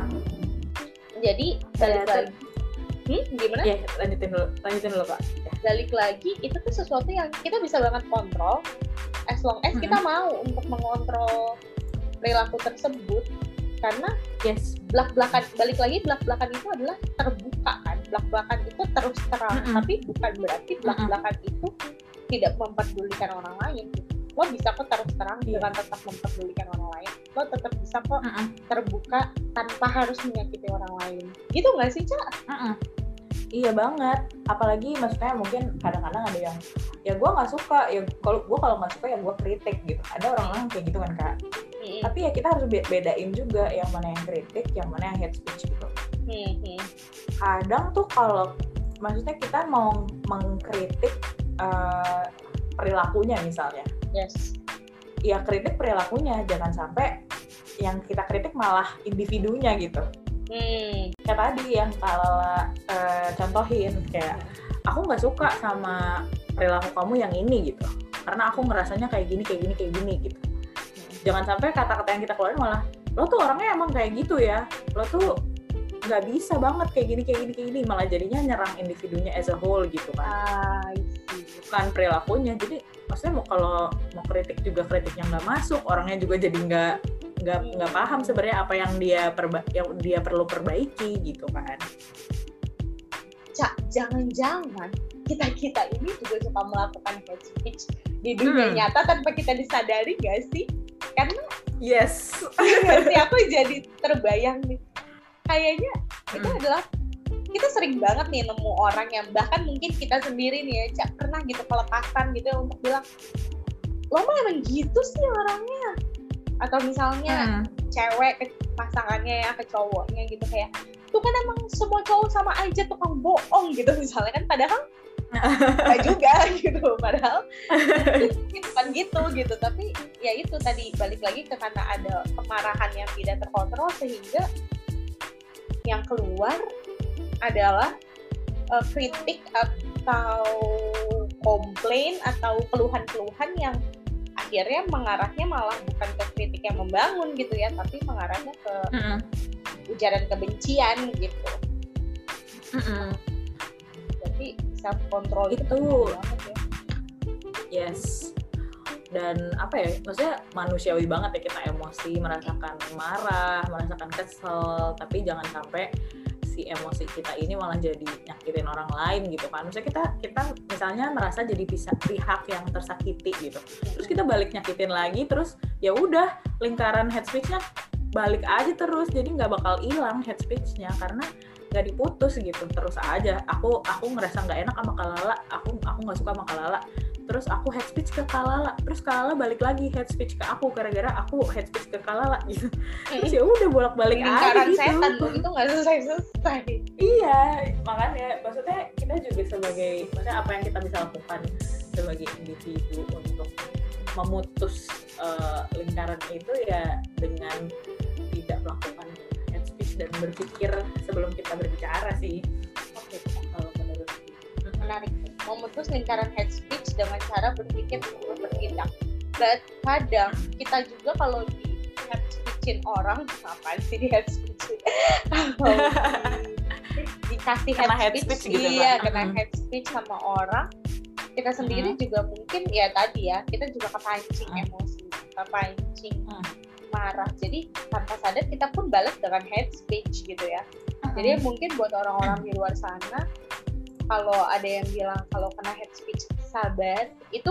Jadi balik lagi. Hmm, gimana? Ya, lanjutin dulu, lanjutin dulu Pak. Ya. Balik lagi, itu tuh sesuatu yang kita bisa banget kontrol, as long as mm-hmm. kita mau untuk mengontrol perilaku tersebut, karena yes. belak-belakan, balik lagi belak-belakan itu adalah terbuka kan, belak-belakan itu terus terang, mm-hmm. tapi bukan berarti belak-belakan mm-hmm. itu tidak memperdulikan orang lain. Lo bisa kok terus terang yeah. dengan tetap memperdulikan orang lain, lo tetap bisa kok mm-hmm. terbuka tanpa harus menyakiti orang lain, gitu nggak sih Ca? Mm-hmm. Iya banget, apalagi maksudnya mungkin kadang-kadang ada yang ya gue nggak suka, ya kalau gue kalau nggak suka ya gue kritik gitu, ada orang-orang kayak gitu kan Kak. Mm-hmm. Tapi ya kita harus bedain juga yang mana yang kritik, yang mana yang hate speech gitu. Hmm. Kadang tuh kalau maksudnya kita mau mengkritik uh, perilakunya misalnya. Yes. Ya kritik perilakunya, jangan sampai yang kita kritik malah individunya gitu. Hmm. Kayak tadi yang kalau uh, contohin kayak aku nggak suka sama perilaku kamu yang ini gitu, karena aku ngerasanya kayak gini, kayak gini, kayak gini gitu. Jangan sampai kata-kata yang kita keluarin malah, lo tuh orangnya emang kayak gitu ya, lo tuh nggak bisa banget kayak gini, kayak gini, kayak gini. Malah jadinya nyerang individunya as a whole gitu kan. Ah, bukan perilakunya. Jadi maksudnya mau kalau mau kritik juga kritiknya nggak masuk, orangnya juga jadi nggak nggak nggak paham sebenarnya apa yang dia perba- yang dia perlu perbaiki gitu kan. Cak, jangan-jangan kita-kita ini juga suka melakukan hate speech di dunia hmm. nyata tanpa kita disadari gak sih? Karena yes, sih aku jadi terbayang nih. Kayaknya hmm. itu adalah kita sering banget nih nemu orang yang bahkan mungkin kita sendiri nih ya, Cak, pernah gitu kelepasan gitu ya untuk bilang, lo mah emang gitu sih orangnya. Atau misalnya hmm. cewek ke pasangannya ya, ke cowoknya gitu kayak, tuh kan emang semua cowok sama aja tukang bohong gitu misalnya kan, padahal nggak juga gitu, padahal itu kan gitu gitu. Tapi ya itu tadi balik lagi ke karena ada kemarahan yang tidak terkontrol sehingga yang keluar adalah uh, kritik atau komplain atau keluhan-keluhan yang akhirnya mengarahnya malah bukan ke kritik yang membangun gitu ya, tapi mengarahnya ke mm-hmm. ujaran kebencian gitu. Mm-hmm. Jadi self control itu, itu banget ya. Yes. Dan apa ya, maksudnya manusiawi banget ya kita emosi, merasakan marah, merasakan kesel, tapi jangan sampai si emosi kita ini malah jadi nyakitin orang lain gitu kan. Misalnya kita kita misalnya merasa jadi pihak yang tersakiti gitu, terus kita balik nyakitin lagi, terus ya udah lingkaran hate speech-nya balik aja terus, jadi nggak bakal hilang hate speech-nya karena nggak diputus gitu terus aja. Aku aku ngerasa nggak enak sama Kalala, aku aku nggak suka sama Kalala, terus aku hate speech ke Kalala, terus Kalala balik lagi hate speech ke aku gara-gara aku hate speech ke Kalala gitu. Terus ya udah bolak-balik aja gitu. Lingkaran setan tuh itu nggak selesai-selesai. Iya, makanya maksudnya kita juga sebagai, maksudnya apa yang kita bisa lakukan sebagai individu untuk memutus uh, lingkaran itu ya dengan tidak melakukan hate speech dan berpikir sebelum kita berbicara sih. Oke, kalau menurut menarik. Memutus lingkaran hate speech dengan cara berpikir sebelum bertindak. Dan kadang kita juga kalau di hate speech-in orang, ngapain sih di hate speech-in? Kalau di, dikasih hate, hate speech, speech gitu, iya, kan? Kena mm-hmm. hate speech sama orang, kita sendiri mm-hmm. juga mungkin ya tadi ya, kita juga kepancing mm-hmm. emosi, kepancing mm-hmm. marah. Jadi tanpa sadar kita pun balas dengan hate speech gitu ya. Mm-hmm. Jadi mungkin buat orang-orang di luar sana, kalau ada yang bilang kalau kena hate speech sabar, itu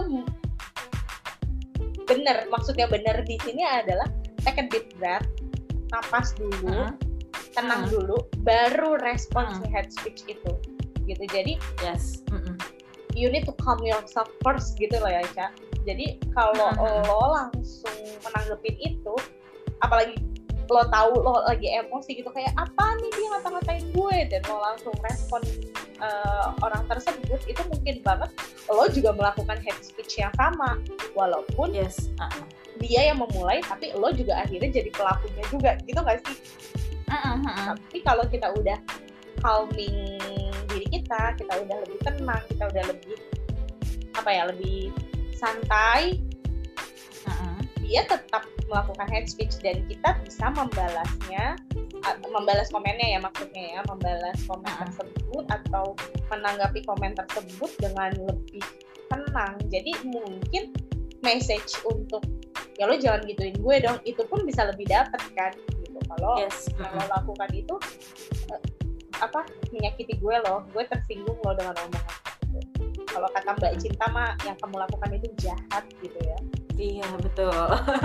benar, maksudnya benar di sini adalah take a deep breath, napas dulu, uh-huh. tenang uh-huh. dulu, baru respon uh-huh. si hate speech itu, gitu. Jadi yes, uh-huh. you need to calm yourself first gitu loh ya, Ca. Jadi kalau uh-huh. lo langsung menanggepin itu, apalagi lo tahu lo lagi emosi gitu kayak apa nih dia ngata-ngatain gue, dan lo langsung respon uh, orang tersebut, itu mungkin banget lo juga melakukan hate speech yang sama walaupun yes. uh-huh. dia yang memulai tapi lo juga akhirnya jadi pelakunya juga gitu gak sih? Uh-huh. Tapi kalau kita udah calming diri kita, kita udah lebih tenang, kita udah lebih apa ya, lebih santai, uh-huh. dia tetap melakukan hate speech dan kita bisa membalasnya, membalas komennya ya maksudnya ya, membalas komen uh-huh. tersebut atau menanggapi komen tersebut dengan lebih tenang. Jadi mungkin message untuk ya lo jangan gituin gue dong, itu pun bisa lebih dapet kan gitu. Kalau yes. uh-huh. lo lakukan itu uh, apa menyakiti gue loh, gue tersinggung lo dengan omongan itu. Kalau kata Mbak Cinta mah yang kamu lakukan itu jahat gitu ya. Iya betul.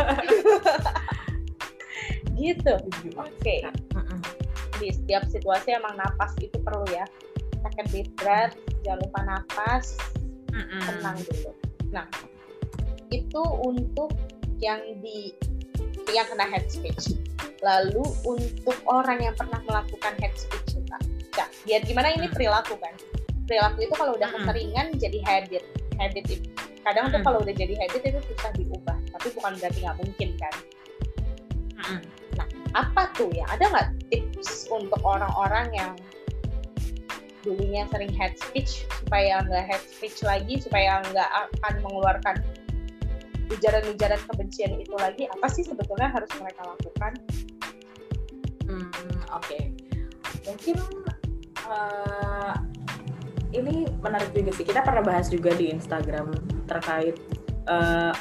Gitu. Oke. Okay. Uh-uh. Di setiap situasi emang napas itu perlu ya. Take a deep breath, jangan lupa napas, uh-uh. tenang dulu. Nah, itu untuk yang di yang kena hate speech. Lalu untuk orang yang pernah melakukan hate speech, ya, biar gimana ini perilaku kan. Perilaku itu kalau udah keseringan jadi habit. Habit itu. Kadang tuh kalau udah jadi habit itu susah diubah. Tapi bukan berarti nggak mungkin kan. Nah, apa tuh ya? Ada nggak tips untuk orang-orang yang dulunya sering hate speech supaya nggak hate speech lagi, supaya nggak akan mengeluarkan ujaran-ujaran kebencian itu lagi? Apa sih sebetulnya harus mereka lakukan? Hmm, oke. Okay. Mungkin uh, ini menarik juga sih. Kita pernah bahas juga di Instagram terkait uh,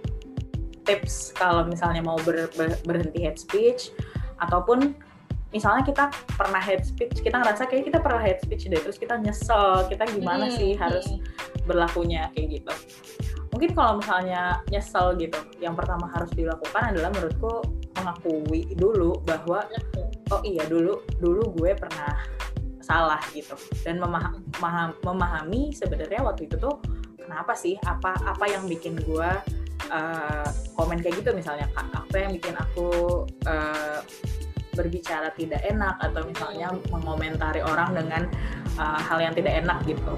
tips kalau misalnya mau ber, ber, berhenti hate speech, ataupun misalnya kita pernah hate speech, kita ngerasa kayak kita pernah hate speech deh, terus kita nyesel, kita gimana hmm, sih harus hmm. berlakunya kayak gitu. Mungkin kalau misalnya nyesel gitu, yang pertama harus dilakukan adalah menurutku mengakui dulu bahwa oh iya dulu dulu gue pernah salah gitu, dan memahami, memahami sebenarnya waktu itu tuh kenapa sih, apa apa yang bikin gue uh, komen kayak gitu, misalnya apa yang bikin aku uh, berbicara tidak enak, atau misalnya mengomentari orang dengan uh, hal yang tidak enak gitu.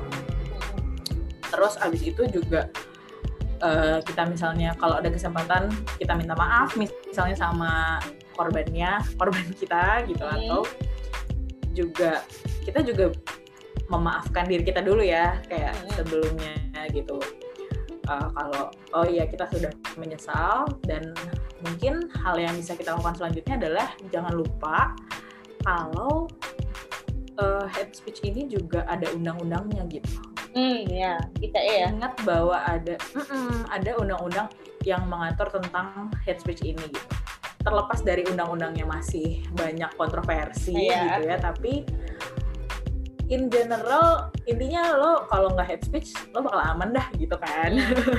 Terus abis itu juga Uh, kita misalnya kalau ada kesempatan kita minta maaf misalnya sama korbannya, korban kita gitu, hmm. atau juga kita juga memaafkan diri kita dulu ya, kayak hmm. sebelumnya gitu. Uh, kalau oh iya kita sudah menyesal, dan mungkin hal yang bisa kita lakukan selanjutnya adalah jangan lupa kalau uh, hate speech ini juga ada undang-undangnya gitu. Hmm, ya, kita ya. Ingat bahwa ada ada undang-undang yang mengatur tentang hate speech ini gitu. Terlepas dari undang-undangnya masih banyak kontroversi yeah. gitu ya, tapi in general intinya lo kalau nggak hate speech lo bakal aman dah gitu kan.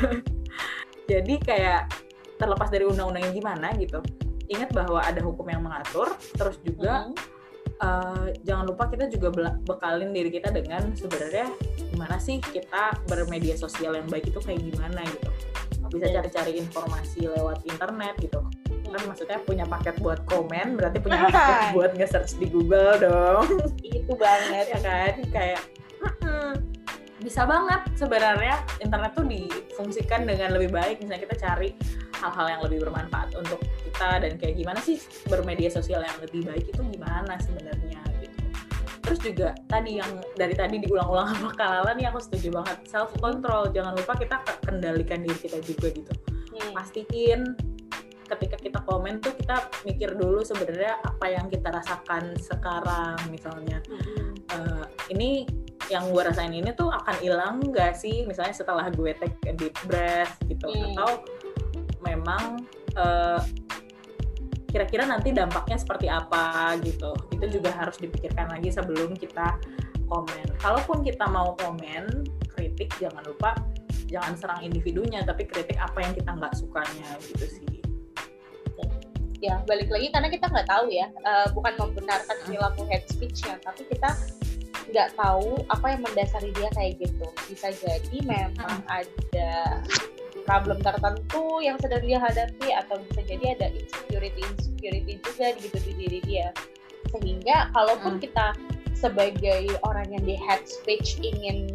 Jadi kayak terlepas dari undang-undangnya gimana gitu, ingat bahwa ada hukum yang mengatur. Terus juga mm. Uh, jangan lupa kita juga bekalin diri kita dengan sebenarnya gimana sih kita bermedia sosial yang baik itu kayak gimana gitu. Bisa cari-cari informasi lewat internet gitu. Kan maksudnya punya paket buat komen, berarti punya paket buat nge-search di Google dong. Itu banget ya kan, kayak bisa banget sebenarnya internet tuh difungsikan dengan lebih baik. Misalnya kita cari hal-hal yang lebih bermanfaat untuk kita, dan kayak gimana sih bermedia sosial yang lebih baik itu gimana sebenarnya gitu. Terus juga tadi yang dari tadi diulang-ulang sama Kalala nih, aku setuju banget, self control. Jangan lupa kita kendalikan diri kita juga gitu. Hmm. Pastiin ketika kita komen tuh kita mikir dulu sebenarnya apa yang kita rasakan sekarang, misalnya hmm. uh, ini yang gue rasain ini tuh akan hilang nggak sih, misalnya setelah gue take a deep breath gitu, hmm. atau memang uh, kira-kira nanti dampaknya seperti apa gitu. Itu juga harus dipikirkan lagi sebelum kita komen. Kalaupun kita mau komen, kritik, jangan lupa jangan serang individunya, tapi kritik apa yang kita nggak sukanya gitu sih. Ya, balik lagi karena kita nggak tahu ya, uh, bukan membenarkan perilaku hate speech-nya, tapi kita nggak tahu apa yang mendasari dia kayak gitu. Bisa jadi memang ada problem tertentu yang sedang dia hadapi, atau bisa jadi ada insecurity insecurity juga di gitu di diri dia, sehingga kalaupun hmm. kita sebagai orang yang di hate speech ingin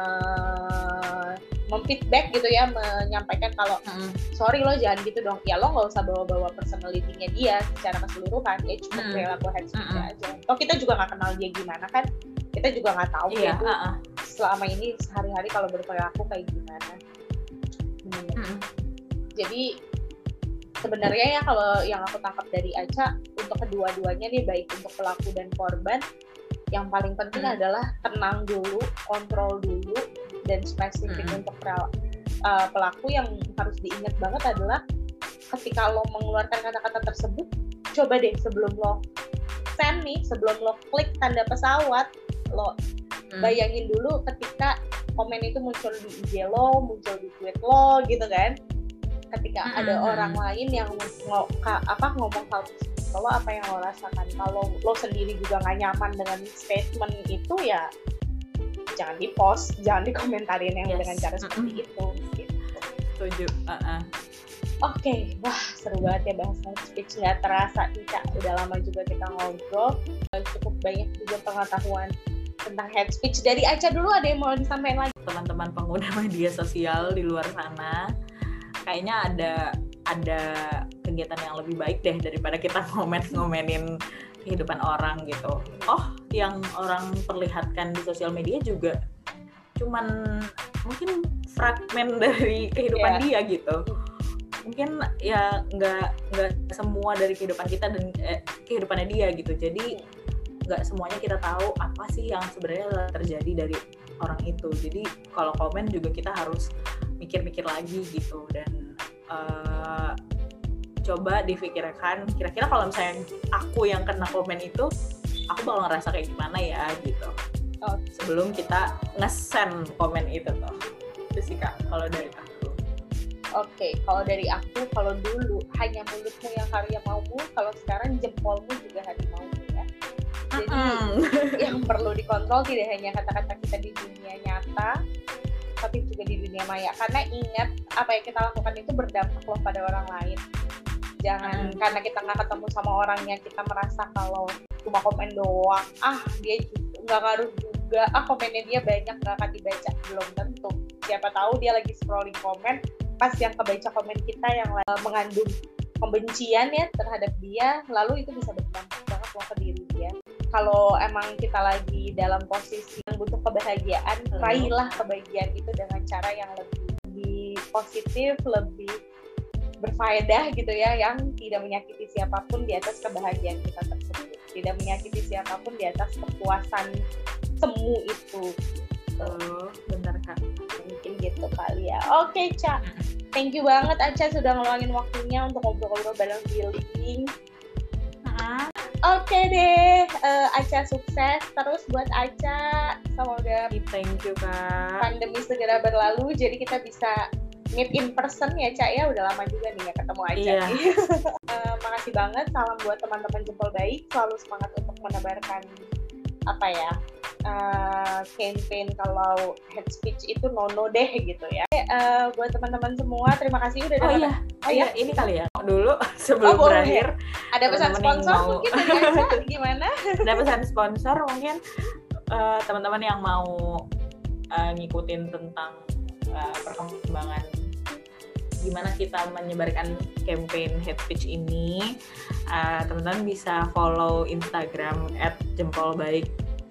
me- memfeedback gitu ya, menyampaikan kalau hmm. sorry lo jangan gitu dong, ya lo nggak usah bawa-bawa personality-nya dia secara keseluruhan, ya cuma hmm. perilaku hate speech hmm. aja. Toh kita juga nggak kenal dia gimana kan, kita juga nggak tahu iya, itu uh-uh. selama ini sehari-hari kalau berperilaku kayak gimana. Hmm. Jadi sebenarnya ya kalau yang aku tangkap dari Aca, untuk kedua-duanya nih, baik untuk pelaku dan korban, yang paling penting hmm. adalah tenang dulu, kontrol dulu, dan spesifik hmm. untuk uh, pelaku yang harus diingat banget adalah ketika lo mengeluarkan kata-kata tersebut, coba deh sebelum lo send nih, sebelum lo klik tanda pesawat, lo hmm. bayangin dulu ketika komen itu muncul di I G lo, muncul di tweet lo gitu kan. Ketika mm-hmm. ada orang lain yang ng- apa ngomong hal tersebut, lo apa yang lo rasakan? Kalau lo sendiri juga nggak nyaman dengan statement itu, ya jangan di post, jangan dikomentarin yang yes. dengan cara seperti mm-hmm. itu. Gitu. Setuju. Uh-uh. Oke, wah seru banget ya bahas hate speech, nggak terasa nih Kak, udah lama juga kita ngobrol, cukup banyak juga pengetahuan tentang hate speech. Dari Aca dulu ada yang mau disampaikan lagi? Teman-teman pengguna media sosial di luar sana, kayaknya ada ada kegiatan yang lebih baik deh daripada kita ngomen-ngomenin kehidupan orang gitu. Oh, yang orang perlihatkan di sosial media juga cuman mungkin fragmen dari kehidupan yeah. dia gitu. Mungkin ya nggak nggak semua dari kehidupan kita dan eh, kehidupannya dia gitu. Jadi nggak semuanya kita tahu apa sih yang sebenarnya terjadi dari orang itu. Jadi kalau komen juga kita harus mikir-mikir lagi gitu dan uh, coba difikirkan kira-kira kalau misalnya aku yang kena komen itu aku bakal ngerasa kayak gimana ya gitu. Oh, sebelum kita nge-send komen itu tuh. Itu sih Kak kalau dari aku. Oke, okay, kalau dari aku, kalau dulu hanya mulutmu yang karya maumu, kalau sekarang jempolmu juga harimaumu ya. Jadi uh-uh. yang perlu dikontrol tidak hanya kata-kata kita di dunia nyata, tapi juga di dunia maya. Karena ingat, apa yang kita lakukan itu berdampak loh pada orang lain. Jangan uh-huh. karena kita nggak ketemu sama orangnya, kita merasa kalau cuma komen doang, ah dia juga nggak ngaruh juga, ah komennya dia banyak nggak akan dibaca. Belum tentu. Siapa tahu dia lagi scrolling komen, pas yang kebaca komen kita yang mengandung pembencian ya terhadap dia, lalu itu bisa berdampak banget loh ke diri dia. Kalau emang kita lagi dalam posisi yang butuh kebahagiaan, hmm. raihlah kebahagiaan itu dengan cara yang lebih, lebih positif, lebih berfaedah gitu ya, yang tidak menyakiti siapapun di atas kebahagiaan kita tersebut, tidak menyakiti siapapun di atas kepuasan semu itu. Oh, benar Kak. Mungkin gitu kali ya. Oke, Ca. Thank you banget Aca sudah ngeluangin waktunya untuk ngobrol-ngobrol bareng Healing. Uh-huh. Oke deh, uh, Aca sukses terus buat Aca. Semoga thank you Kak. Pandemi segera berlalu, jadi kita bisa meet in person ya Ca ya. Udah lama juga nih ya ketemu Aca. Iya. uh, makasih banget, salam buat teman-teman Jempol Baik. Selalu semangat untuk menebarkan apa ya? Uh, campaign kalau hate speech itu no-no deh gitu ya. Uh, buat teman-teman semua, terima kasih udah oh iya, oh iya, ini kali ya dulu sebelum oh, berakhir. Ada pesan sponsor mau... mungkin dari Aca gimana? Ada pesan sponsor mungkin uh, teman-teman yang mau uh, ngikutin tentang uh, perkembangan gimana kita menyebarkan campaign hate speech ini, uh, teman-teman bisa follow Instagram at jempolbaik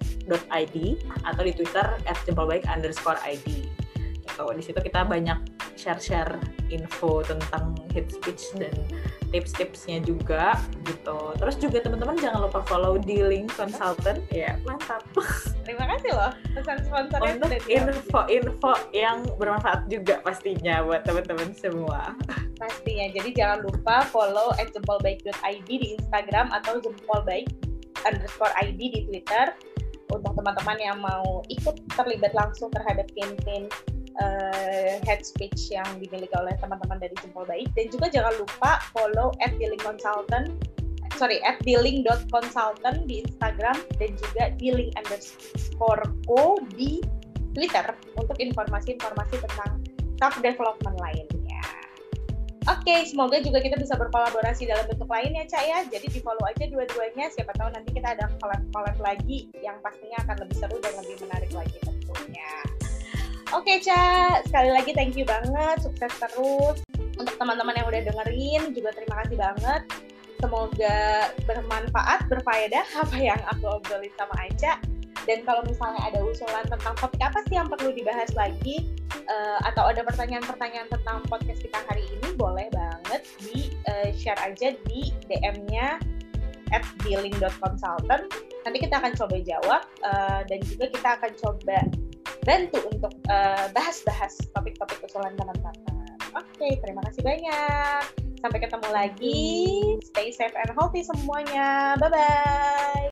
.id atau di Twitter at jempolbaik underscore id. Gitu. Di situ kita banyak share-share info tentang hate speech dan tips-tipsnya juga gitu. Terus juga teman-teman jangan lupa follow Dealing Consultant. Ya, mantap. Terima kasih loh pesan sponsornya. Untuk info-info yang bermanfaat juga pastinya buat teman-teman semua. Pastinya. Jadi jangan lupa follow at jempolbaik dot id di Instagram atau jempolbaik underscore id di Twitter. Untuk teman-teman yang mau ikut terlibat langsung terhadap campaign uh, hate speech yang dimiliki oleh teman-teman dari Jempol Baik, dan juga jangan lupa follow at dealing consultant sorry at dealing dot consultant di Instagram dan juga dealing underscore co di Twitter untuk informasi-informasi tentang self development lainnya. Oke, okay, semoga juga kita bisa berkolaborasi dalam bentuk lain ya, Cak ya. Jadi di-follow aja dua-duanya, siapa tahu nanti kita ada collab-collab lagi yang pastinya akan lebih seru dan lebih menarik lagi tentunya. Oke, okay, Cak, sekali lagi thank you banget, sukses terus. Untuk teman-teman yang udah dengerin, juga terima kasih banget. Semoga bermanfaat, berfaedah apa yang aku obrolin sama Aca. Dan kalau misalnya ada usulan tentang topik apa sih yang perlu dibahas lagi, uh, atau ada pertanyaan-pertanyaan tentang podcast kita hari ini, boleh banget di uh, share aja di D M-nya at dealing dot consultant. Nanti kita akan coba jawab, uh, dan juga kita akan coba bantu untuk uh, bahas-bahas topik-topik usulan teman-teman. Oke, okay, terima kasih banyak. Sampai ketemu lagi. Stay safe and healthy semuanya. Bye-bye.